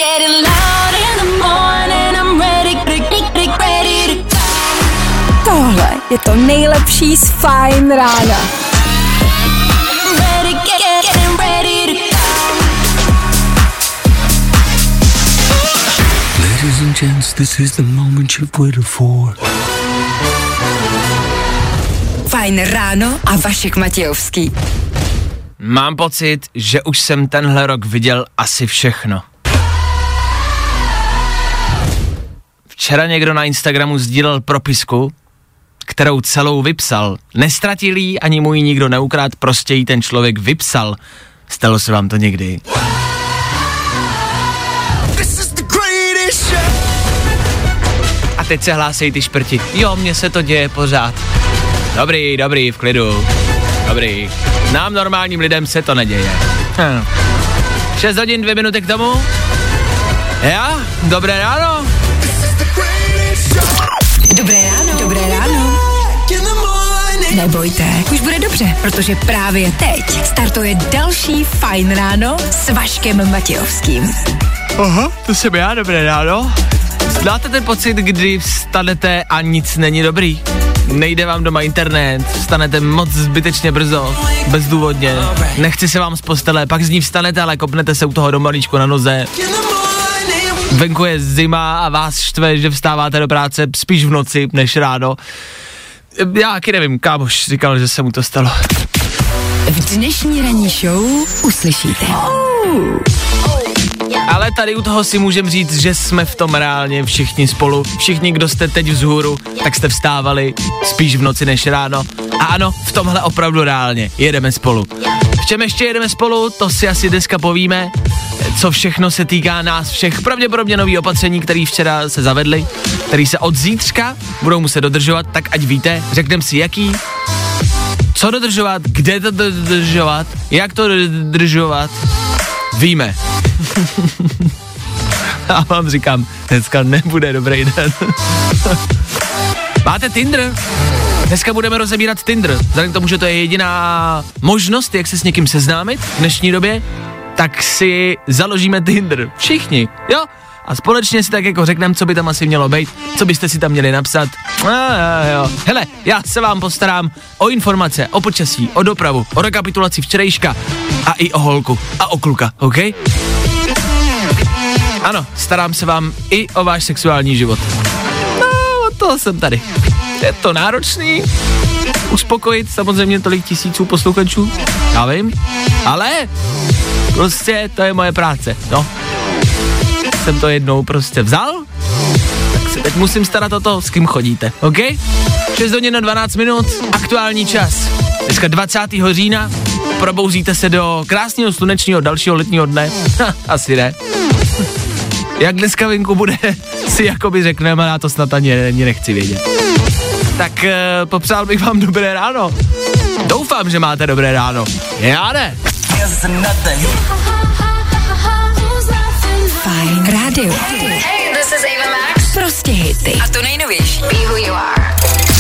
Tohle je to nejlepší z Fajn rána. Ladies and gents, this is the moment you've waited for. Fajn ráno a Vašek Matějovský. Mám pocit, že už jsem tenhle rok viděl asi všechno. Včera někdo na Instagramu sdílel propisku, kterou celou vypsal. Nestratil jí, ani mu ji nikdo neukrát, prostě ji ten člověk vypsal. Stalo se vám to někdy? A teď se hlásej ty šprti. Jo, mně se to děje pořád. Dobrý, v klidu. Dobrý. Nám normálním lidem se to neděje. 6 hodin, 2 minuty k tomu. Já? Dobré ráno. Dobré ráno. Nebojte, už bude dobře, protože právě teď startuje další Fajn ráno s Vaškem Matějovským. Aha, to jsem já, dobré ráno. Znáte ten pocit, kdy vstanete a nic není dobrý? Nejde vám doma internet, vstanete moc zbytečně brzo, bezdůvodně, nechci se vám z postele, pak z ní vstanete, ale kopnete se u toho do malíčku na noze. Venku je zima a vás štve, že vstáváte do práce spíš v noci než ráno. Já taky nevím, kámoš říkal, že se mu to stalo. V dnešní ranní show uslyšíte. Ale tady u toho si můžem říct, že jsme v tom reálně všichni spolu. Všichni, kdo jste teď vzhůru, tak jste vstávali spíš v noci než ráno. A ano, v tomhle opravdu reálně jedeme spolu. V čem ještě jedeme spolu, to si asi dneska povíme, co všechno se týká nás všech. Pravděpodobně nový opatření, které včera se zavedly, které se od zítřka budou muset dodržovat, tak ať víte, řekneme si jaký, co dodržovat, kde to dodržovat, jak to dodržovat, víme. Já vám říkám, dneska nebude dobrý den. Máte Tinder? Dneska budeme rozebírat Tinder. Vzhledem k tomu, že to je jediná možnost, jak se s někým seznámit v dnešní době, tak si založíme Tinder. Všichni, jo? A společně si tak jako řekneme, co by tam asi mělo být, co byste si tam měli napsat. Jo. Hele, já se vám postarám o informace, o počasí, o dopravu, o rekapitulaci včerejška a i o holku a o kluka, OK? Ano, starám se vám i o váš sexuální život. No, od toho jsem tady. Je to náročný, uspokojit samozřejmě tolik tisíců posluchačů, já vím, ale prostě to je moje práce, no. Jsem to jednou prostě vzal, tak se teď musím starat o to, s kým chodíte, OK? 6 hodin na 12 minut, aktuální čas. Dneska 20. října, probouzíte se do krásného slunečního dalšího letního dne, asi ne. Jak dneska venku bude, si jakoby řekneme, já to snad ani nechci vědět. Tak popřál bych vám dobré ráno. Doufám, že máte dobré ráno. Já ne. Fajn rádio. Hey, this is Ava Max. Prostě hity. A to nejnovější. Be who you are.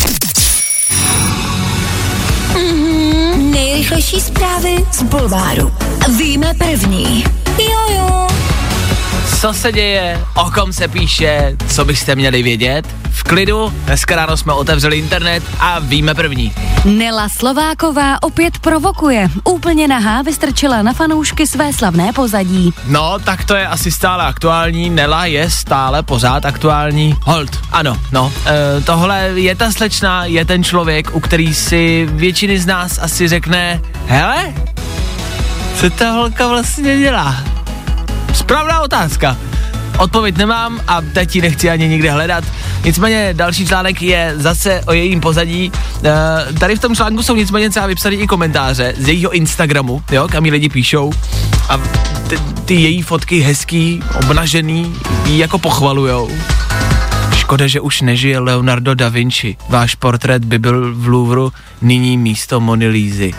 Nejrychlejší zprávy z bulváru. Víme první. Jo. Co se děje, o kom se píše, co byste měli vědět? V klidu, dneska ráno jsme otevřeli internet a víme první. Nela Slováková opět provokuje. Úplně nahá vystrčila na fanoušky své slavné pozadí. No, tak to je asi stále aktuální, Nela je stále pořád aktuální. Hold, ano, no. Tohle je ta slečna, je ten člověk, u který si většiny z nás asi řekne, hele, co ta holka vlastně dělá? Správná otázka. Odpověď nemám a teď ji nechci ani nikde hledat. Nicméně další článek je zase o jejím pozadí. Tady v tom článku jsou nicméně třeba vypsané i komentáře z jejího Instagramu, jo, kam jí lidi píšou a ty její fotky hezký, obnažený, jí jako pochvalujou. Škoda, že už nežije Leonardo da Vinci. Váš portrét by byl v Louvru nyní místo Mony Lízy.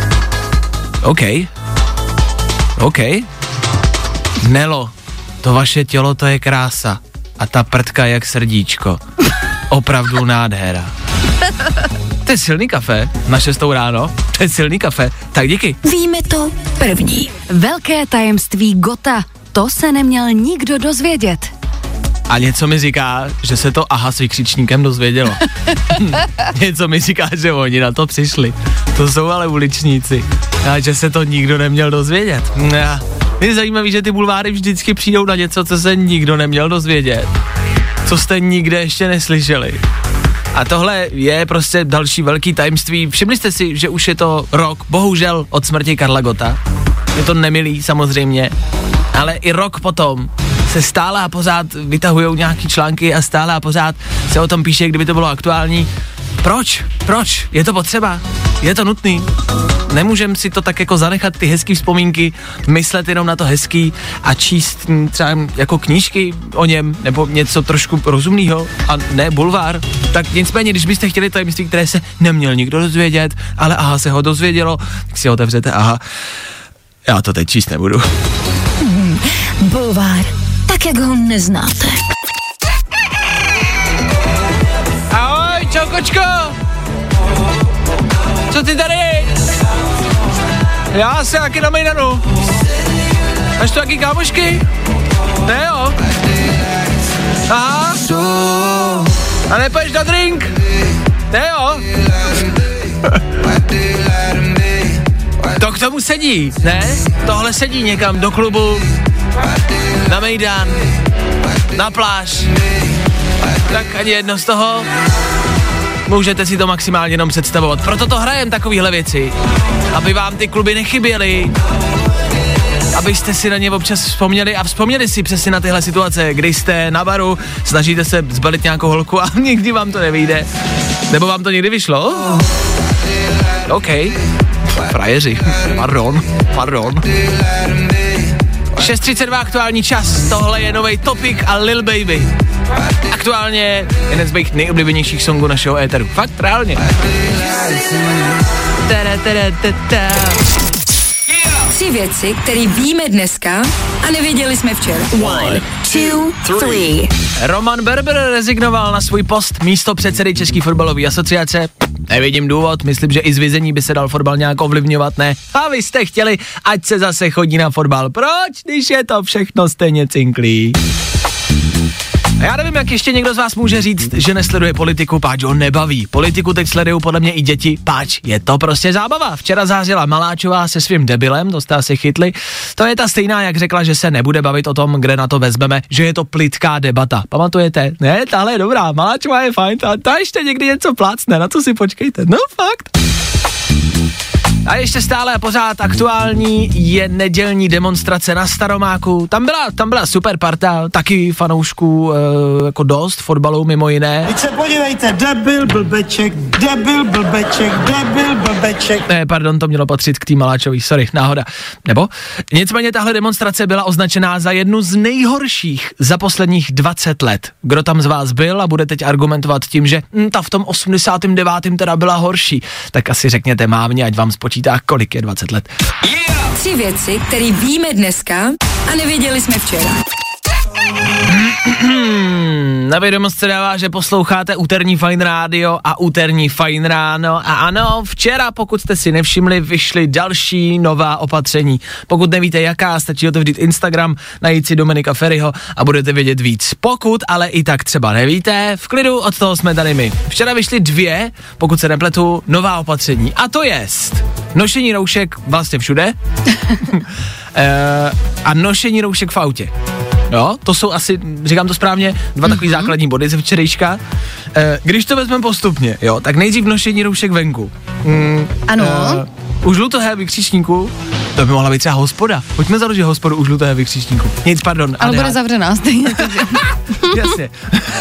OK. Nelo, to vaše tělo, to je krása. A ta prdka jak srdíčko. Opravdu nádhera. To je silný kafe na 6 ráno. To je silný kafe. Tak díky. Víme to první. Velké tajemství Gota. to se neměl nikdo dozvědět. A něco mi říká, že se to aha s vykřičníkem dozvědělo. Něco mi říká, že oni na to přišli. To jsou ale uličníci. A že se to nikdo neměl dozvědět. Je zajímavý, že ty bulváry vždycky přijdou na něco, co se nikdo neměl dozvědět. Co jste nikde ještě neslyšeli. A tohle je prostě další velký tajemství. Všimli jste si, že už je to rok, bohužel, od smrti Karla Gotta. Je to nemilý samozřejmě, ale i rok potom se stále a pořád vytahujou nějaký články a stále a pořád se o tom píše, kdyby to bylo aktuální. Proč? Je to potřeba? Je to nutný? Nemůžem si to tak jako zanechat ty hezký vzpomínky, myslet jenom na to hezký a číst třeba jako knížky o něm, nebo něco trošku rozumného a ne bulvár. Tak nicméně, když byste chtěli tajemství, které se neměl nikdo dozvědět, ale aha, se ho dozvědělo, tak si otevřete, aha, já to teď číst nebudu. Bulvár, tak jak ho neznáte. Ahoj, čau kočko! Co ty tady? Já se taky na Mejdanu. Máš tu jaký kámošky? Ne jo? Aha. A nepoješ na drink? Ne jo? To k tomu sedí, ne? Tohle sedí někam do klubu, na Mejdan, na pláž. Tak ani jedno z toho. Můžete si to maximálně jenom představovat. Proto to hrajem takovýhle věci. Aby vám ty kluby nechyběly. Abyste si na ně občas vzpomněli a vzpomněli si přesně na tyhle situace, kdy jste na baru, snažíte se zbalit nějakou holku a nikdy vám to nevyjde. Nebo vám to někdy vyšlo? OK. Frajeři. Pardon. 6:32 aktuální čas. Tohle je novej Topik a Lil Baby. Aktuálně jeden z mých nejoblíbenějších songů našeho éteru. Fakt, reálně. Tři věci, které víme dneska a nevěděli jsme včera. 1, 2, 3. Roman Berber rezignoval na svůj post místo předsedy České fotbalové asociace. Nevidím důvod, myslím, že i z vězení by se dal fotbal nějak ovlivňovat, ne? A vy jste chtěli, ať se zase chodí na fotbal. Proč, když je to všechno stejně cinklý? A já nevím, jak ještě někdo z vás může říct, že nesleduje politiku, páč ho nebaví. Politiku teď sledují podle mě i děti, páč, je to prostě zábava. Včera zářila Maláčová se svým debilem, to jste asi chytli. To je ta stejná, jak řekla, že se nebude bavit o tom, kde na to vezmeme, že je to plytká debata. Pamatujete? Ne, tahle je dobrá, Maláčová je fajn, ta ještě někdy něco plácne, na to si počkejte, no fakt. A ještě stále a pořád aktuální je nedělní demonstrace na Staromáku. Tam byla super parta, taky fanoušků jako dost fotbalu mimo jiné. Teď se podívejte, debil, blbeček. Ne, pardon, to mělo patřit k tý Maláčový, sorry, náhoda. Nebo? Nicméně tahle demonstrace byla označená za jednu z nejhorších za posledních 20 let. Kdo tam z vás byl a bude teď argumentovat tím, že ta v tom 89. teda byla horší, tak asi řekněte mámě, ať vám spočítá, kolik je 20 let. Yeah! Tři věci, které víme dneska a nevěděli jsme včera. Na vědomost se dává, že posloucháte úterní Fajn rádio a úterní Fajn ráno. A ano, včera, pokud jste si nevšimli, vyšly další nová opatření. Pokud nevíte jaká, stačí otevřít Instagram, najít si Dominika Feriho a budete vědět víc. Pokud ale i tak třeba nevíte, v klidu, od toho jsme tady my. Včera vyšly 2, pokud se nepletu, nová opatření. A to jest nošení roušek vlastně všude a nošení roušek v autě. Jo, to jsou asi, říkám to správně, 2 takový základní body ze včerejška. Když to vezmeme postupně, jo, tak nejdřív nošení roušek venku. Ano. U žlutého vykřičníku, to by mohla být třeba hospoda. Pojďme založit hospodu u žlutého vykřičníku. Nic, pardon. Ale bude zavřená stejně. Jasně.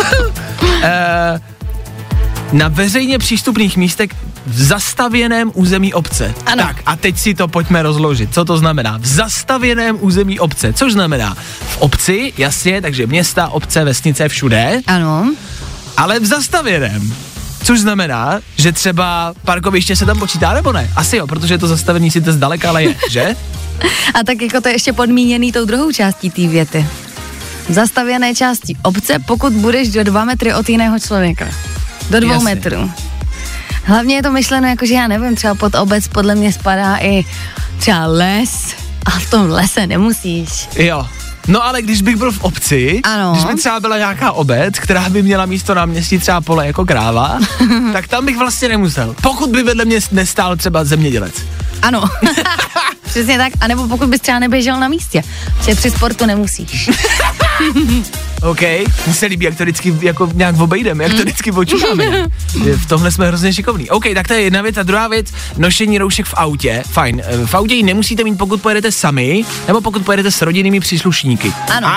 Na veřejně přístupných místech v zastavěném území obce. Ano. Tak a teď si to pojďme rozložit. Co to znamená? V zastavěném území obce. Což znamená v obci, jasně, takže města, obce, vesnice, všude. Ano. Ale v zastavěném. Což znamená, že třeba parkoviště se tam počítá, nebo ne? Asi jo, protože je to zastavení sice zdaleka, ale je, že? A tak jako to je ještě podmíněný tou druhou částí té věty. V zastavěné části obce, pokud budeš do 2 metry od jiného člověka. Do 2 metrů. Hlavně je to myšleno jako, že já nevím, třeba pod obec podle mě spadá i třeba les a v tom lese nemusíš. Jo. No ale když bych byl v obci, ano. Když by třeba byla nějaká obec, která by měla místo náměstí třeba pole jako kráva, tak tam bych vlastně nemusel. Pokud by vedle mě nestál třeba zemědělec. Ano. Přesně tak, anebo pokud bys třeba neběžel na místě, že při sportu nemusíš. OK, mně se líbí, jak to vždycky jako nějak obejdeme, jak to vždycky počítáme. V tomhle jsme hrozně šikovní. OK, tak to je jedna věc. A druhá věc, nošení roušek v autě. Fajn. V autě ji nemusíte mít, pokud pojedete sami, nebo pokud pojedete s rodinnými příslušníky. Ano.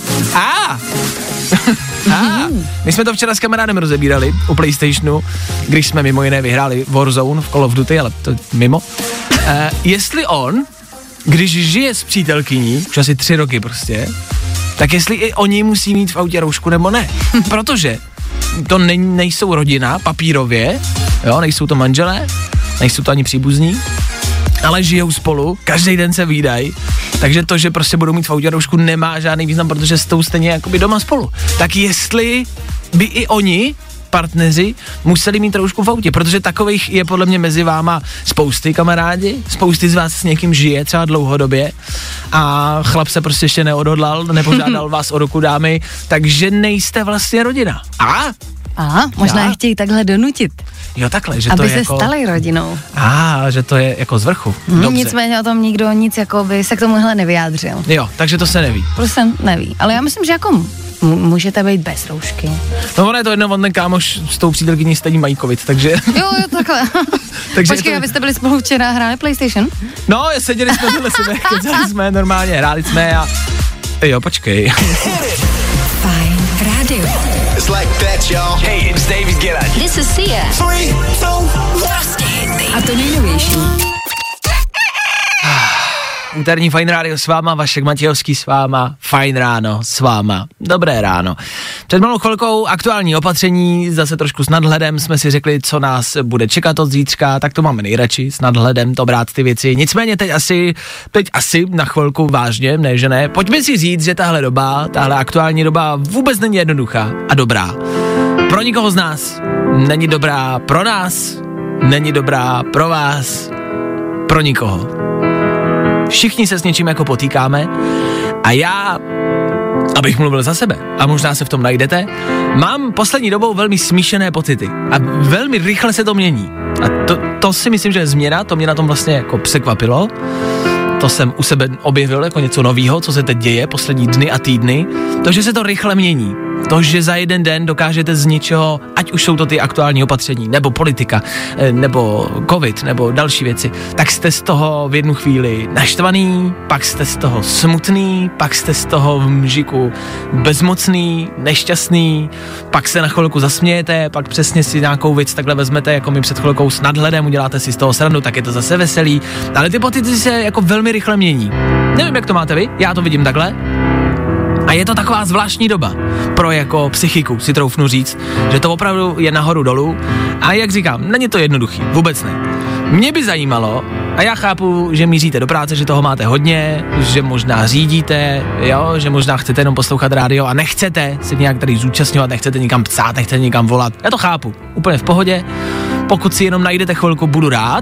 My jsme to včera s kamarádem rozebírali u PlayStationu, když jsme mimo jiné vyhráli Warzone v Call of Duty, ale to mimo. Jestli on, když žije s přítelkyní, už asi 3 roky prostě, tak jestli i oni musí mít v autě roušku nebo ne. Protože to nejsou rodina papírově, jo, nejsou to manželé, nejsou to ani příbuzní, ale žijou spolu, každý den se vídají, takže to, že prostě budou mít v autě roušku, nemá žádný význam, protože jsou stejně jakoby doma spolu. Tak jestli by i oni, partneři, museli mít roušku v autě, protože takových je podle mě mezi váma spousty kamarádi, spousty z vás s někým žije třeba dlouhodobě a chlap se prostě ještě neodhodlal, nepožádal vás o ruku dámy, takže nejste vlastně rodina. Aha, možná je chtějí takhle donutit. Jo, takhle, že aby to je se jako... stali rodinou. Že to je jako z vrchu. Nicméně o tom nikdo nic jako by se k tomuhle nevyjádřil. Jo, takže to se neví. Prostě neví, ale já myslím, že jako můžete být bez roušky. No ono je to jedno, on ten kámoš s tou přítelkyní stejně mají covid, takže... Jo, takhle. Takže počkej, to... abyste byli spolu včera hráli PlayStation? No, seděli jsme vedle sebe, kecali jsme normálně, hráli jsme a... Jo, počkej. Fajn rádio. It's like that, y'all. Hey, it's David Guetta. This is Sia. 3, 2, Prostě hity. A to nejnovější. Úterní Fajn rádio s váma, Vašek Matějovský s váma, Fajn ráno s váma, dobré ráno. Před malou chvilkou aktuální opatření, zase trošku s nadhledem jsme si řekli, co nás bude čekat od zítřka, tak to máme nejradši, s nadhledem to brát ty věci. Nicméně teď asi na chvilku vážně, ne že ne, pojďme si říct, že tahle aktuální doba vůbec není jednoduchá a dobrá. Pro nikoho z nás není dobrá, pro nás není dobrá, pro vás, pro nikoho. Všichni se s něčím jako potýkáme a já, abych mluvil za sebe, a možná se v tom najdete, mám poslední dobou velmi smíšené pocity a velmi rychle se to mění. A to si myslím, že je změna, to mě na tom vlastně jako překvapilo. To jsem u sebe objevil jako něco novýho, co se teď děje poslední dny a týdny. To, že se to rychle mění. To, že za jeden den dokážete z ničeho, ať už jsou to ty aktuální opatření, nebo politika, nebo covid, nebo další věci, tak jste z toho v jednu chvíli naštvaný, pak jste z toho smutný, pak jste z toho v mžiku bezmocný, nešťastný, pak se na chvilku zasmějete, pak přesně si nějakou věc takhle vezmete, jako mi před chvilkou s nadhledem, uděláte si z toho srandu, tak je to zase veselý, ale ty pocity se jako velmi rychle mění. Nevím, jak to máte vy, já to vidím takhle. A je to taková zvláštní doba pro jako psychiku, si troufnu říct, že to opravdu je nahoru dolů a jak říkám, není to jednoduchý, vůbec ne. Mě by zajímalo, a já chápu, že míříte do práce, že toho máte hodně, že možná řídíte, jo, že možná chcete jenom poslouchat rádio a nechcete se nějak tady zúčastňovat, nechcete nikam psát, nechcete nikam volat, já to chápu, úplně v pohodě, pokud si jenom najdete chvilku, budu rád.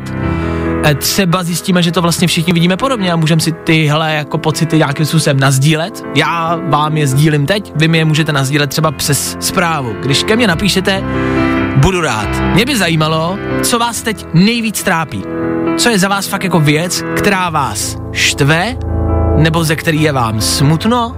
Třeba zjistíme, že to vlastně všichni vidíme podobně a můžeme si tyhle jako pocity nějakým způsobem nasdílet. Já vám je sdílím teď, vy mi je můžete nasdílet třeba přes zprávu. Když ke mně napíšete, budu rád. Mě by zajímalo, co vás teď nejvíc trápí. Co je za vás fakt jako věc, která vás štve, nebo ze který je vám smutno,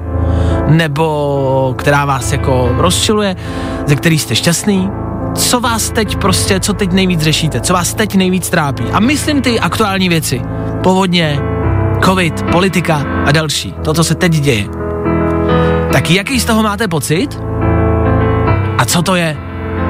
nebo která vás jako rozčiluje, ze který jste šťastný. Co vás teď prostě, co teď nejvíc řešíte, co vás teď nejvíc trápí. A myslím ty aktuální věci. Povodně, covid, politika a další. To, co se teď děje. Tak jaký z toho máte pocit? A co to je?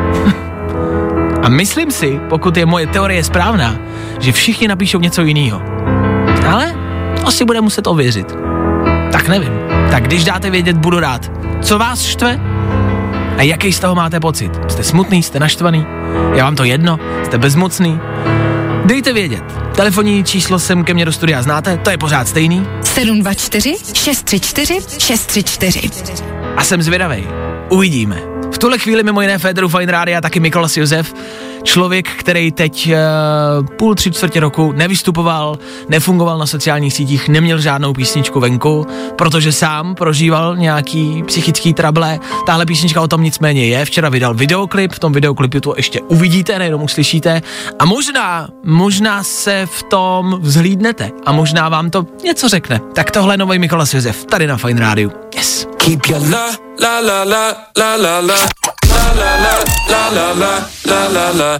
A myslím si, pokud je moje teorie správná, že všichni napíšou něco jiného. Ale to si bude muset ověřit. Tak nevím. Tak když dáte vědět, budu rád. Co vás štve? A jaký z toho máte pocit? Jste smutný, jste naštvaný? Je vám to jedno? Jste bezmocný? Dejte vědět. Telefonní číslo sem ke mně do studia znáte, to je pořád stejný. 724 634 634. A jsem zvědavej. Uvidíme. V tuhle chvíli mimo jiné Féteru Fajn rádia taky Mikolas Josef. Člověk, který teď půl, 3/4 roku nevystupoval, nefungoval na sociálních sítích, neměl žádnou písničku venku, protože sám prožíval nějaký psychický trable. Tahle písnička o tom nicméně je. Včera vydal videoklip, v tom videoklipu to ještě uvidíte, nejenom uslyšíte. A možná se v tom vzhlídnete a možná vám to něco řekne. Tak tohle je nový Mikolas Josef, tady na Fajn rádiu. Yes. Keep your la la la la la la la la la la la la la la.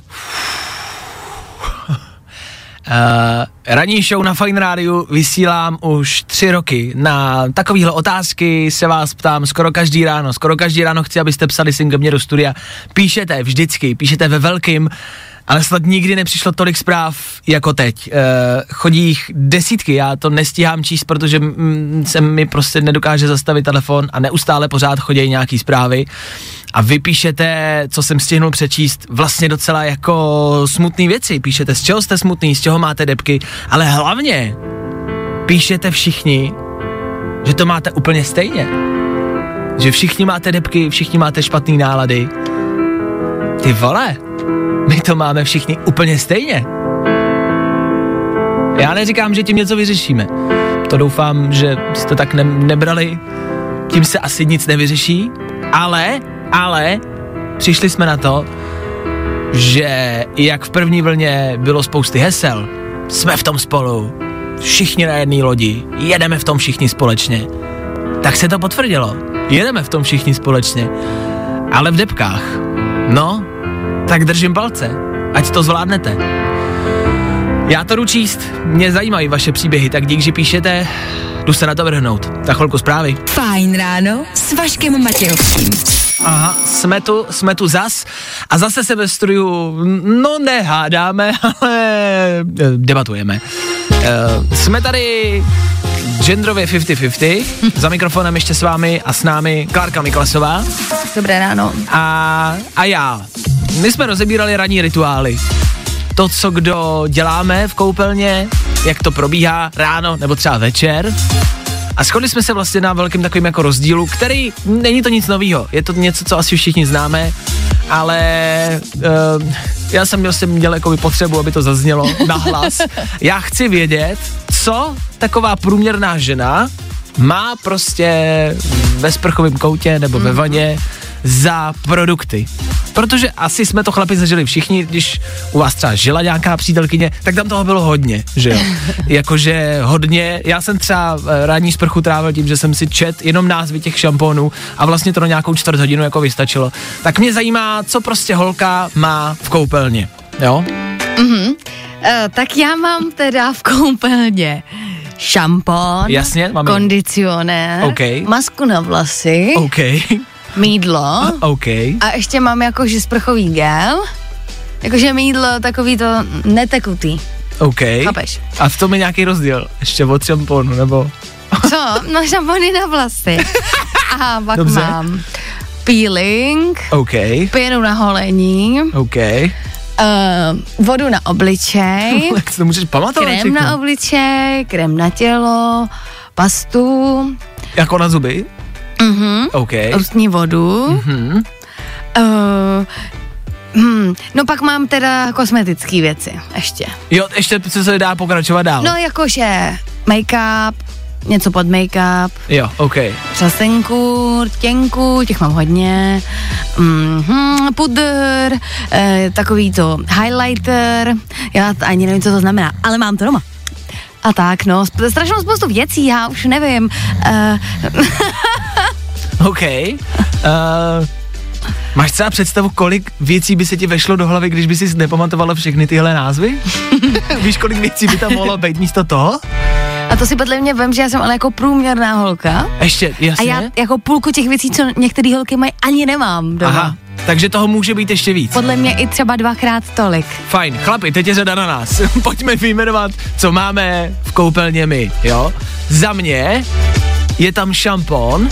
Ranní show na Fajn rádiu vysílám už 3 roky. Na takovýhle otázky se vás ptám skoro každý ráno chci, abyste psali sem ke mně do studia. Píšete vždycky, píšete ve velkým, ale snad nikdy nepřišlo tolik zpráv jako teď. Chodí jich desítky, já to nestíhám číst, protože se mi prostě nedokáže zastavit telefon a neustále pořád chodí nějaký zprávy. A vy píšete, co jsem stihnul přečíst, vlastně docela jako smutný věci. Píšete, z čeho jste smutný, z čeho máte depky, ale hlavně píšete všichni, že to máte úplně stejně. Že všichni máte depky, všichni máte špatný nálady. Ty vole, my to máme všichni úplně stejně. Já neříkám, že tím něco vyřešíme. To doufám, že jste tak nebrali. Tím se asi nic nevyřeší, ale přišli jsme na to, že jak v první vlně bylo spousty hesel, jsme v tom spolu, všichni na jedné lodi, jedeme v tom všichni společně, tak se to potvrdilo. Jedeme v tom všichni společně, ale v depkách. No, tak držím palce, ať to zvládnete. Já to jdu číst, mě zajímají vaše příběhy, tak dík, že píšete, jdu se na to vrhnout. Za chvilku zprávy. Fajn ráno s Vaškem Matějovským. Aha, jsme tu zas a zase se ve studiu, no nehádáme, ale debatujeme. Jsme tady genderově 50-50, za mikrofonem ještě s vámi a s námi Klárka Mikolasová. Dobré ráno. A já. My jsme rozebírali ranní rituály. To, co kdo děláme v koupelně, jak to probíhá ráno nebo třeba večer. A shodli jsme se vlastně na velkým takovým jako rozdílu, který není to nic novýho. Je to něco, co asi všichni známe, ale já jsem měl jako potřebu, aby to zaznělo nahlas. Já chci vědět, co taková průměrná žena má prostě ve sprchovém koutě nebo ve vaně za produkty. Protože asi jsme to chlapi zažili všichni, když u vás třeba žila nějaká přítelkyně, tak tam toho bylo hodně, že jo. Jakože hodně, já jsem třeba ranní sprchu trávil tím, že jsem si čet jenom názvy těch šampónů a vlastně to na nějakou 4 hodinu jako vystačilo. Tak mě zajímá, co prostě holka má v koupelně, jo? Tak já mám teda v koupelně šampon, jasně, kondicionér, masku na vlasy, mýdlo a ještě mám jakože sprchový gel, jakože mýdlo takový to netekutý. Chápeš? A v tom je nějaký rozdíl, ještě od šamponu, nebo? Co? No šampony na vlasy. A pak mám peeling, pěnu na holení, vodu na obličej, jak si to můžeš pamatovat? Krém na obličej, krém na tělo, pastu. Jako na zuby? Ústní vodu. No pak mám teda kosmetické věci ještě. Jo, ještě se dá pokračovat dál. No jakože make-up, něco pod make-up. Jo, Přasenku, rtěnku, těch mám hodně. Pudr, takový to highlighter, já ani nevím, co to znamená, ale mám to doma. A tak, no, strašnou spoustu věcí, já už nevím. Máš třeba představu, kolik věcí by se ti vešlo do hlavy, když by si nepamatovala všechny tyhle názvy? Víš, kolik věcí by tam mohlo být místo toho? A to si podle mě vem, že já jsem ale jako průměrná holka. Ještě, jasně. A já jako půlku těch věcí, co některé holky mají, ani nemám doma. Aha, takže toho může být ještě víc. Podle mě i třeba 2x tolik. Fajn, chlapi, teď je řada na nás. Pojďme vyjmenovat, co máme v koupelně my, jo? Za mě je tam šampon.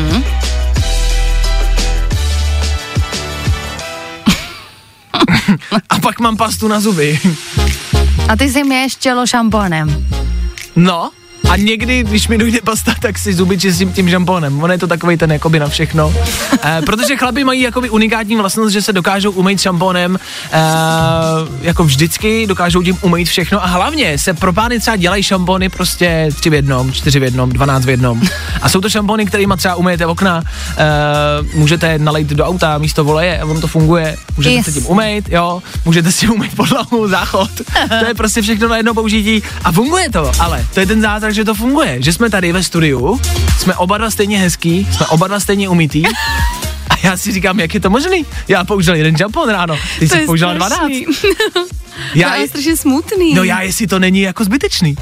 A pak mám pastu na zuby. A ty si měješ čelo šamponem. No, A někdy, když mi dojde pasta, tak si zuby čistím tím šampónem. On je to takovej ten jakoby na všechno. Protože chlapi mají jakoby unikátní vlastnost, že se dokážou umýt šampónem jako vždycky, dokážou tím umýt všechno a hlavně se pro pány třeba dělají šampóny prostě 3 v 1, 4 v 1, 12 v 1. A jsou to šampóny, kterýma třeba umyjete okna, můžete nalejt do auta místo voleje a on to funguje. Můžete se tím umýt, jo, můžete si umýt podlahu, záchod. To je prostě všechno na jedno použití a funguje to, ale to je ten zázrak, že to funguje, že jsme tady ve studiu, jsme oba dva stejně hezký, jsme oba dva stejně umytý a já si říkám, jak je to možný? Já použil jeden šampon ráno, ty jsi použila 12. To je strašně smutný. No já, jestli to není jako zbytečný.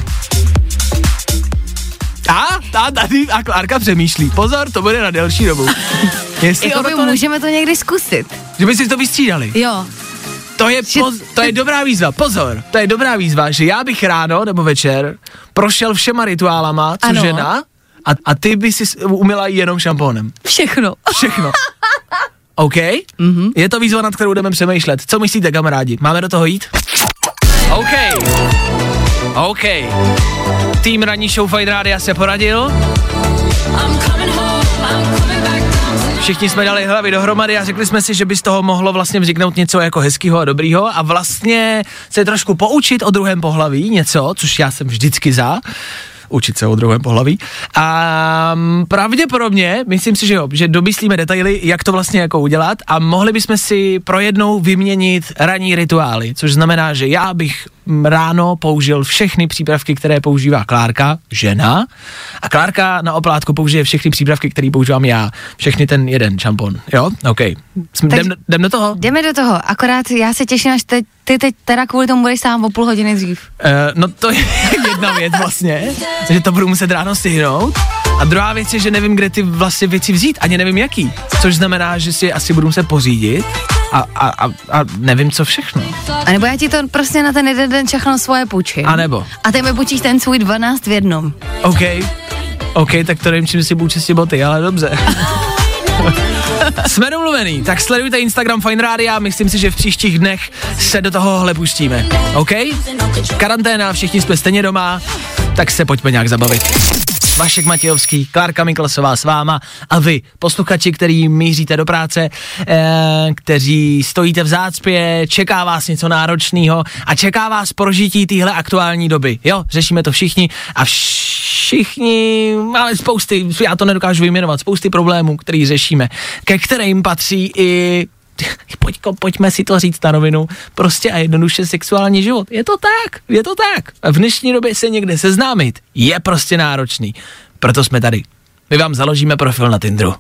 Tady Klárka přemýšlí. Pozor, to bude na delší dobu. Můžeme to někdy zkusit. Že by si to vystřídali. Jo. To je dobrá výzva, pozor, to je dobrá výzva, že já bych ráno nebo večer prošel všema rituálama, co žena, a ty by si umyla jenom šampónem. Všechno. OK? Mm-hmm. Je to výzva, nad kterou jdeme přemýšlet. Co myslíte, kamarádi? Máme do toho jít? OK. Tým ranní show Fajn Rádia se poradil. Všichni jsme dali hlavy dohromady a řekli jsme si, že by z toho mohlo vlastně vzniknout něco jako hezkýho a dobrýho a vlastně se trošku poučit o druhém pohlaví, něco, což já jsem vždycky za, učit se o druhém pohlaví. A pravděpodobně, myslím si, že jo, že domyslíme detaily, jak to vlastně jako udělat a mohli bychom si pro jednou vyměnit ranní rituály, což znamená, že já bych ráno použil všechny přípravky, které používá Klárka, žena, a Klárka na oplátku použije všechny přípravky, které používám já, všechny ten jeden šampon, jo? OK. Jdem do toho? Jdeme do toho, akorát já se těším, až ty teď teda kvůli tomu budeš sám o půl hodiny dřív. No to je jedna věc vlastně, že to budu muset ráno stihnout. A druhá věc je, že nevím, kde ty vlastně věci vzít, ani nevím jaký, což znamená, že si asi budu muset pořídit a nevím co všechno. A nebo já ti to prostě na ten jeden den čachnu svoje půjčím. A nebo? A ty mi půjčíš ten svůj 12 v 1. OK, tak to nevím, čím si půjčit si boty, ale dobře. Jsme domluvený, tak sledujte Instagram Fajn Rádia, myslím si, že v příštích dnech se do tohohle pustíme. OK? Karanténa, všichni jsme stejně doma, tak se pojďme nějak zabavit. Vašek Matějovský, Klárka Miklasová s váma a vy, posluchači, který míříte do práce, kteří stojíte v zácpě, čeká vás něco náročného a čeká vás prožití téhle aktuální doby. Jo, řešíme to všichni a všichni máme spousty, já to nedokážu vyjmenovat, spousty problémů, který řešíme, ke kterým patří i pojďme si to říct na rovinu, prostě a jednoduše sexuální život. Je to tak. A v dnešní době se někde seznámit je prostě náročný. Proto jsme tady. My vám založíme profil na Tinderu.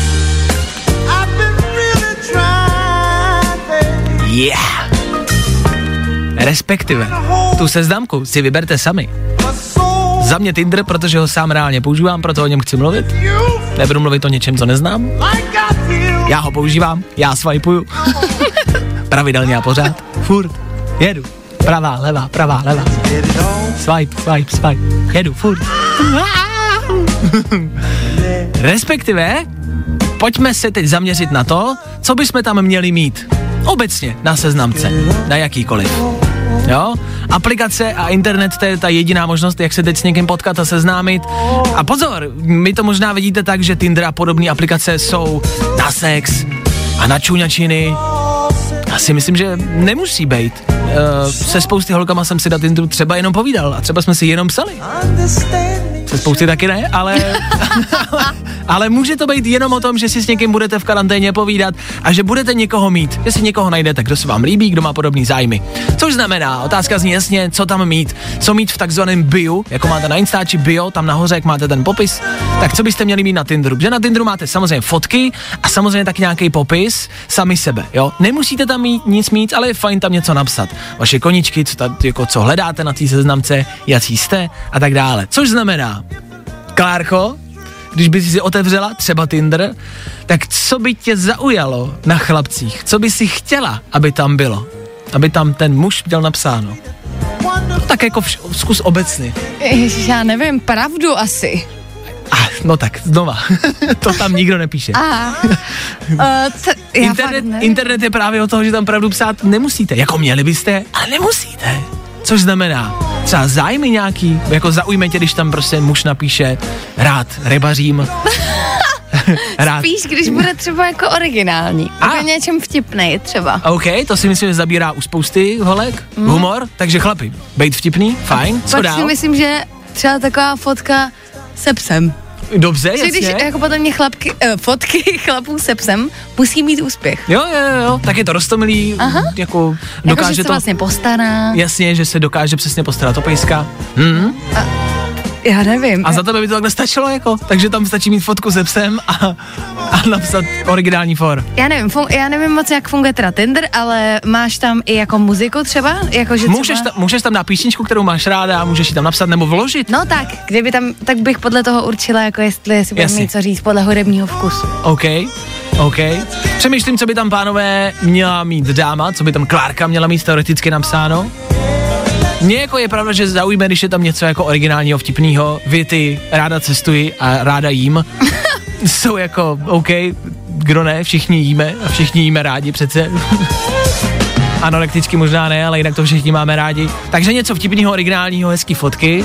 Yeah. Respektive, tu seznamku si vyberte sami. Za mě Tinder, protože ho sám reálně používám, proto o něm chci mluvit. Nebudu mluvit o něčem, co neznám. Já ho používám, já swipuju. Pravidelně a pořád. Furt. Jedu. Pravá, levá. Swipe. Jedu, furt. Respektive, pojďme se teď zaměřit na to, co bychom tam měli mít. Obecně na seznamce. Na jakýkoliv. Jo? Aplikace a internet, to je ta jediná možnost, jak se teď s někým potkat a seznámit. A pozor, my to možná vidíte tak, že Tinder a podobné aplikace jsou na sex a na čuňačiny. Asi myslím, že nemusí být. Se spousty holkama jsem si na Tinderu třeba jenom povídal a třeba jsme si jenom psali. Se spousty taky ne, ale může to být jenom o tom, že si s někým budete v karanténě povídat a že budete někoho mít, že si někoho najdete, kdo se vám líbí, kdo má podobný zájmy. Což znamená, otázka zní jasně, co tam mít, co mít v takzvaném bio, jako máte na Instači bio, tam nahoře, jak máte ten popis, tak co byste měli mít na Tinderu, protože na Tinderu máte samozřejmě fotky a samozřejmě taky nějaký popis sami sebe, jo. Nemusíte tam nic mít, ale je fajn tam něco napsat. Vaše koničky, co hledáte na té seznamce, jací jste a tak dále. Což znamená, Klárko, když by si otevřela třeba Tinder, tak co by tě zaujalo na chlapcích? Co by si chtěla, aby tam bylo? Aby tam ten muž měl napsáno? No, tak jako zkus obecně. Ježiš, já nevím, pravdu asi. No tak, znova. To tam nikdo nepíše. Internet je právě o toho, že tam pravdu psát nemusíte. Jako měli byste, ale nemusíte. Což znamená, třeba zájmy nějaký, jako zaujme tě, když tam prostě muž napíše rád rybařím. Rád. Spíš, když bude třeba jako originální. Jako něčem vtipnej třeba. OK, to si myslím, že zabírá u spousty holek. Humor, takže chlapi, bejt vtipný, fajn, co Pak dál? si myslím, že třeba taková fotka se psem. Dobře, jasně. Když jako potom mě fotky chlapů se psem musí mít úspěch. Jo, tak je to roztomilý, jako dokáže jako, že se to... vlastně postará. Jasně, že se dokáže přesně postarat o pejska. Já nevím. A za tebe by to takhle stačilo, jako? Takže tam stačí mít fotku se psem a napsat originální for. Já nevím moc, jak funguje teda Tinder, ale máš tam i jako muziku třeba? Jako, že Můžeš tam dát písničku, kterou máš ráda, můžeš ji tam napsat nebo vložit. No tak, tak bych podle toho určila, jako jestli si budeme mít co říct podle hudebního vkusu. OK. Přemýšlím, co by tam, pánové, měla mít dáma, co by tam Klárka měla mít teoreticky napsáno. Mně jako je pravda, že zaujme, když je tam něco jako originálního, vtipného, věty, ráda cestuji a ráda jím, jsou jako OK, kdo ne, všichni jíme a všichni jíme rádi přece. Anorekticky možná ne, ale jinak to všichni máme rádi. Takže něco vtipného, originálního, hezký fotky.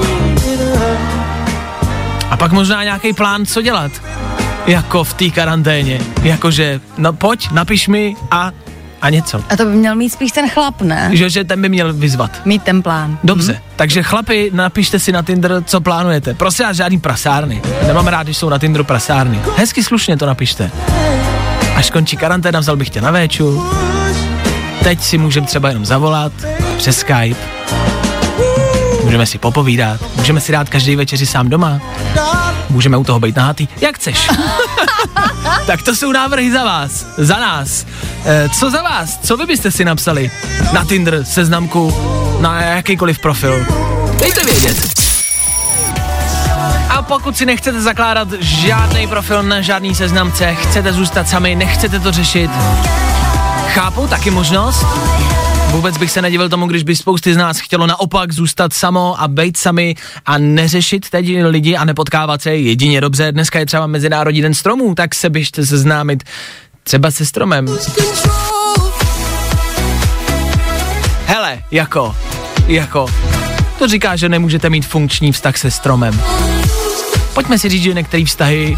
A pak možná nějaký plán, co dělat. Jako v té karanténě. Jakože, no pojď, napiš mi a něco. A to by měl mít spíš ten chlap, ne? Že ten by měl vyzvat. Mít ten plán. Dobře, takže chlapi, napište si na Tinder, co plánujete. Prosím vás, žádný prasárny. Nemám rád, když jsou na Tinderu prasárny. Hezky slušně to napište. Až končí karanténa, vzal bych tě na véču. Teď si můžeme třeba jenom zavolat přes Skype. Můžeme si popovídat, můžeme si dát každý večeři sám doma. Můžeme u toho být nahatý, jak chceš. Tak to jsou návrhy za vás, za nás. Co za vás? Co vy byste si napsali na Tinder, seznamku, na jakýkoliv profil? Dejte vědět. A pokud si nechcete zakládat žádný profil na žádný seznamce, chcete zůstat sami, nechcete to řešit, chápu, taky možnost. Vůbec bych se nedivil tomu, když by spousty z nás chtělo naopak zůstat samo a bejt sami a neřešit teď lidi a nepotkávat se jedině dobře. Dneska je třeba Mezinárodní den stromů, tak se běžte seznámit třeba se stromem. Hele, jako, to říká, že nemůžete mít funkční vztah se stromem. Pojďme si říct, že některé vztahy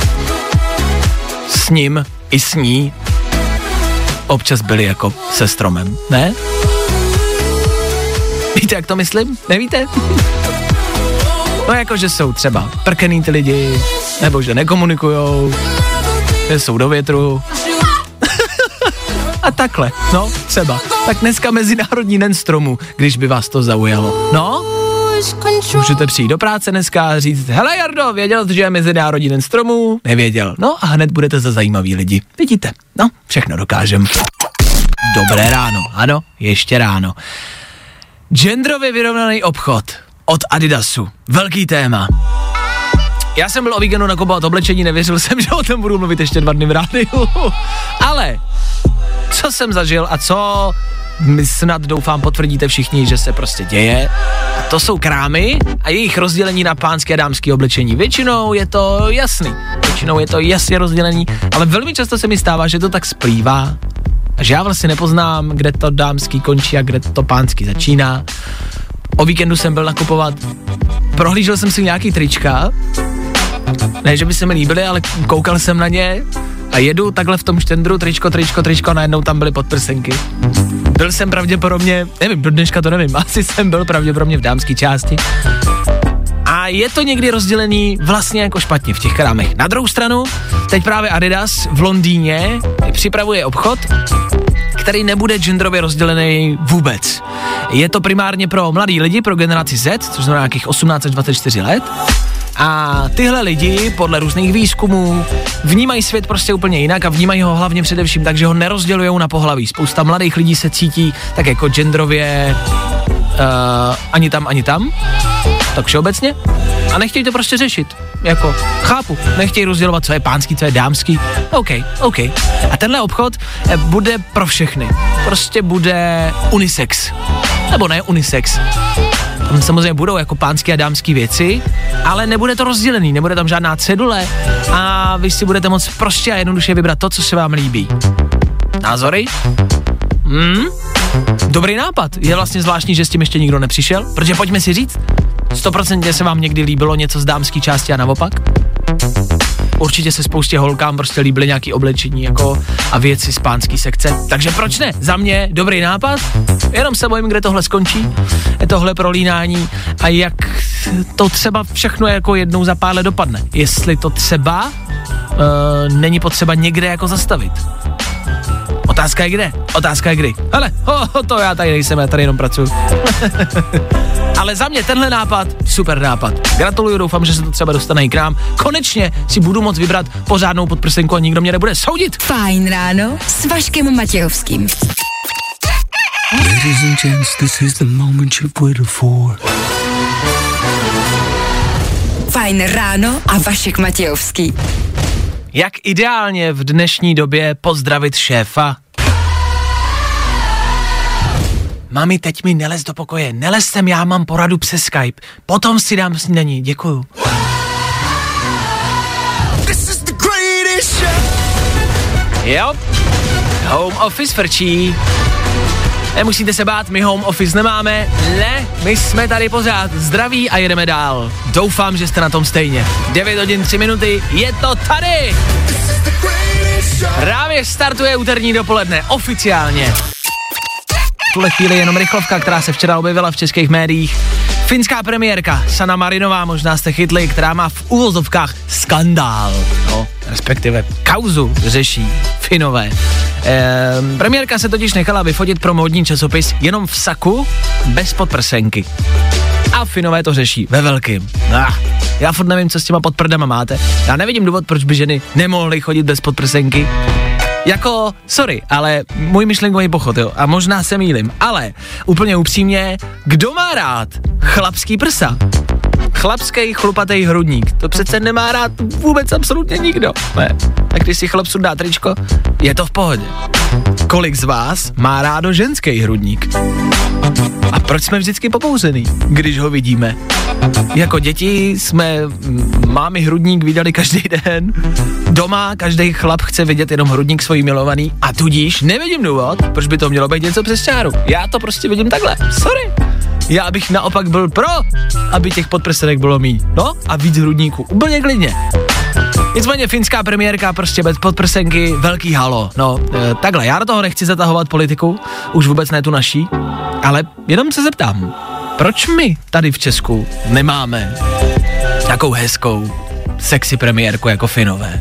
s ním i s ní občas byly jako se stromem, ne? Víte, jak to myslím? Nevíte? No jako, že jsou třeba prkený ty lidi, nebo že nekomunikujou, že jsou do větru. A takhle, no, třeba. Tak dneska Mezinárodní den stromů, když by vás to zaujalo. No, můžete přijít do práce dneska a říct, hele Jardo, věděl, že je Mezinárodní den stromů? Nevěděl. No a hned budete za zajímavý lidi. Vidíte, no, všechno dokážem. Dobré ráno, ano, ještě ráno. Genderově vyrovnaný obchod od Adidasu. Velký téma. Já jsem byl o víkendu nakupovat oblečení, nevěřil jsem, že o tom budu mluvit ještě 2 dny v rádiu. Ale co jsem zažil a co my snad doufám potvrdíte všichni, že se prostě děje. A to jsou krámy a jejich rozdělení na pánské a dámské oblečení. Většinou je to jasný, většinou je to jasně rozdělení, ale velmi často se mi stává, že to tak splývá. A že já vlastně nepoznám, kde to dámský končí a kde to pánský začíná. O víkendu jsem byl nakupovat, prohlížel jsem si nějaký trička, ne, že by se mi líbily, ale koukal jsem na ně a jedu takhle v tom štendru, tričko a najednou tam byly podprsenky. Byl jsem pravděpodobně, nevím, do dneška to nevím, asi jsem byl pravděpodobně v dámské části. A je to někdy rozdělený vlastně jako špatně v těch krámech. Na druhou stranu, teď právě Adidas v Londýně připravuje obchod, který nebude genderově rozdělený vůbec. Je to primárně pro mladý lidi, pro generaci Z, což znamená nějakých 18 až 24 let. A tyhle lidi podle různých výzkumů vnímají svět prostě úplně jinak a vnímají ho hlavně především tak, že ho nerozdělujou na pohlaví. Spousta mladých lidí se cítí tak jako genderově ani tam, tak všeobecně. A nechtějí to prostě řešit. Jako, chápu, nechtějí rozdělovat, co je pánský, co je dámský. OK. A tenhle obchod bude pro všechny. Prostě bude unisex. Nebo ne unisex. Tam samozřejmě budou jako pánský a dámský věci, ale nebude to rozdělený, nebude tam žádná cedule a vy si budete moct prostě a jednoduše vybrat to, co se vám líbí. Názory? Dobrý nápad. Je vlastně zvláštní, že s tím ještě nikdo nepřišel, protože pojďme si říct, 100% se vám někdy líbilo něco z dámský části a naopak? Určitě se spoustě holkám prostě líbily nějaký oblečení jako a věci z pánský sekce. Takže proč ne? Za mě dobrý nápad. Jenom se bojím, kde tohle skončí. Je tohle prolínání a jak to třeba všechno jako jednou za pár let dopadne. Jestli to třeba není potřeba někde jako zastavit. Otázka je kde? Otázka je kdy? Hele, to já tady nejsem, já tady jenom pracuji. Ale za mě tenhle nápad, super nápad. Gratuluju, doufám, že se to třeba dostane i k nám. Konečně si budu moct vybrat pořádnou podprsenku a nikdo mě nebude soudit. Fajn ráno s Vaškem Matějovským. Ladies and gents, this is the moment you've waited for. Fajn ráno a Vašek Matějovský. Jak ideálně v dnešní době pozdravit šéfa? Mami, teď mi nelez do pokoje, nelez sem, já mám poradu přes Skype, potom si dám snídaní, děkuju. Jo, home office frčí. Nemusíte se bát, my home office nemáme, ne, my jsme tady pořád zdraví a jedeme dál. Doufám, že jste na tom stejně. 9 hodin 3 minuty, je to tady! Právě startuje úterní dopoledne, oficiálně. V tuhle chvíli jenom rychlovka, která se včera objevila v českých médiích. Finská premiérka Sanna Marinová, možná jste chytli, která má v uvozovkách skandál, no, respektive kauzu řeší Finové. Premiérka se totiž nechala vyfotit pro módní časopis jenom v saku, bez podprsenky. A Finové to řeší ve velkým. Já furt nevím, co s těma podprdama máte. Já nevidím důvod, proč by ženy nemohly chodit bez podprsenky. Jako, sorry, ale můj myšlenkový pochod, jo, a možná se mýlim, ale úplně upřímně, kdo má rád chlapský prsa? Chlapský chlupatý hrudník, to přece nemá rád vůbec absolutně nikdo, ne? Tak když si chlap sundá tričko, je to v pohodě. Kolik z vás má rádo ženský hrudník? A proč jsme vždycky popouzený, když ho vidíme? Jako děti jsme mámy hrudník viděli každý den. Doma každý chlap chce vidět jenom hrudník svojí milovaný a tudíž nevidím důvod, proč by to mělo být něco přes čáru. Já to prostě vidím takhle, sorry. Já bych naopak byl pro, aby těch podprsenek bylo míň. No a víc hrudníků, úplně klidně. Nicméně finská premiérka prostě bez podprsenky, velký halo. No, takhle, já do toho nechci zatahovat politiku, už vůbec ne tu naší, ale jenom se zeptám, proč my tady v Česku nemáme takovou hezkou, sexy premiérku jako Finové?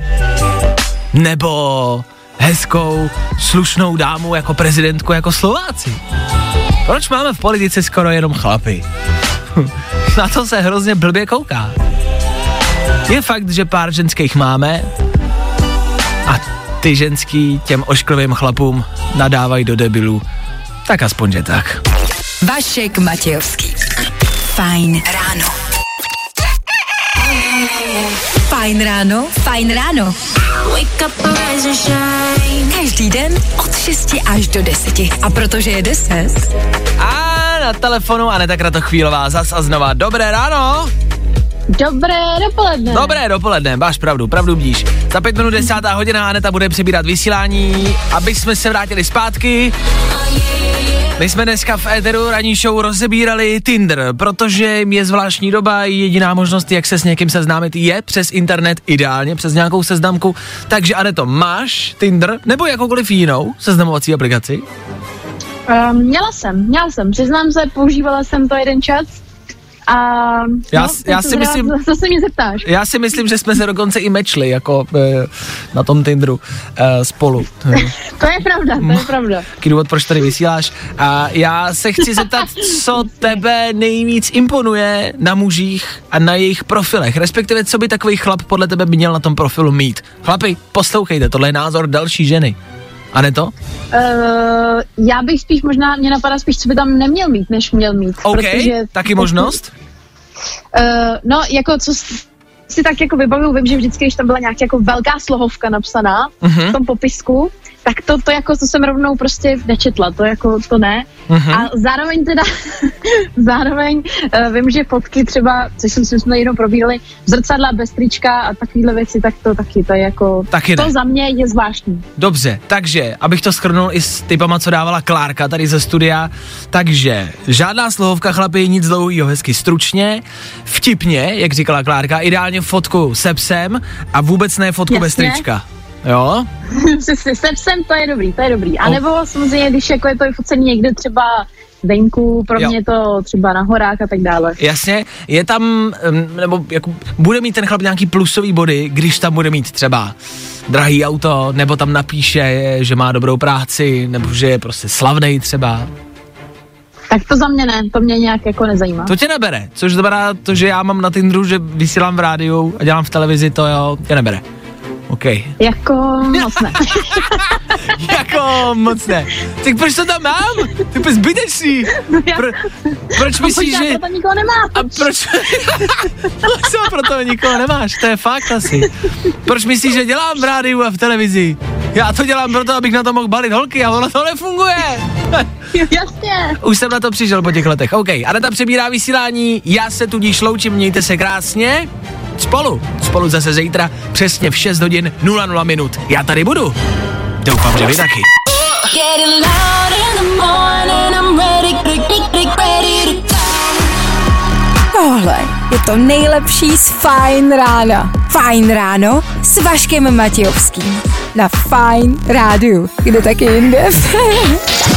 Nebo hezkou, slušnou dámu jako prezidentku jako Slováci? Proč máme v politice skoro jenom chlapy? Na to se hrozně blbě kouká. Je fakt, že pár ženských máme a ty ženský těm ošklivým chlapům nadávají do debilů. Tak aspoň, že tak. Vašek Matějovský. Fajn ráno. Fajn ráno, fajn ráno. Každý den od 6 až do 10. A protože je 10. A na telefonu Aneta Kratochvílová zas a znova. Dobré ráno. Dobré dopoledne. Dobré dopoledne, máš pravdu, pravdu bdíš. Za 5 minut 10. hodina Aneta bude přebírat vysílání, aby jsme se vrátili zpátky. My jsme dneska v éteru ranní show rozebírali Tinder, protože je zvláštní doba, jediná možnost, jak se s někým seznámit, je přes internet, ideálně přes nějakou seznamku. Takže Aneto, máš Tinder nebo jakoukoliv jinou seznamovací aplikaci? Měla jsem, přiznám se, používala jsem to jeden čas. A já si myslím, co se mě zeptáš? Já si myslím, že jsme se dokonce i mečli jako na tom Tinderu spolu. To je pravda. Jaký důvod, proč tady vysíláš? A já se chci zeptat, co tebe nejvíc imponuje na mužích a na jejich profilech, respektive co by takový chlap podle tebe měl na tom profilu mít. Chlapi, poslouchejte, tohle je názor další ženy. A ne to? Já bych spíš možná, mě napadá spíš, co by tam neměl mít, než měl mít. OK, protože, taky možnost? No, jako co si tak jako vybavuju, vím, že vždycky, když tam byla nějaká jako velká slohovka napsaná v tom popisku, tak to jako to jsem rovnou prostě nečetla, to jako to ne. A zároveň vím, že fotky třeba, což jsme jenom probírali, zrcadla bez trička a takovýhle věci, tak to taky, to je jako, taky to za mě je zvláštní. Dobře, takže, abych to shrnul i s typama, co dávala Klárka tady ze studia, takže žádná slohovka, chlapi, nic dlouhýho, hezky stručně, vtipně, jak říkala Klárka, ideálně fotku se psem a vůbec ne fotku bez trička. Jo? Se psem to je dobrý. A nebo samozřejmě, když jako je to focený někde třeba venku, pro mě to třeba na horách a tak dále. Jasně, je tam, nebo jako, bude mít ten chlap nějaký plusový body, když tam bude mít třeba drahý auto, nebo tam napíše, že má dobrou práci, nebo že je prostě slavnej třeba. Tak to za mě ne, to mě nějak jako nezajímá. To tě nebere, což znamená to, že já mám na Tinderu, že vysílám v rádiu a dělám v televizi, to jo, tě nebere. Okay. Jako moc ne. Jako moc ne. Tak proč to tam mám? Ty jsi zbytečný. Proč myslíš, že... proto nikoho nemám. A proč... Co proto nikoho nemáš? To je fakt asi. Proč myslíš, že dělám v rádiu a v televizi? Já to dělám proto, abych na to mohl balit holky a ono to nefunguje. Jasně. Už jsem na to přišel po těch letech. OK, Aneta přebírá vysílání, já se tudíž loučím, mějte se krásně. Spolu zase zítra, přesně v 6 hodin 00 minut. Já tady budu. Doufám, že vy taky. Tohle je to nejlepší z Fajn rána. Fajn ráno s Vaškem Matějovským. Na Fajn rádiu. Kde taky jinde?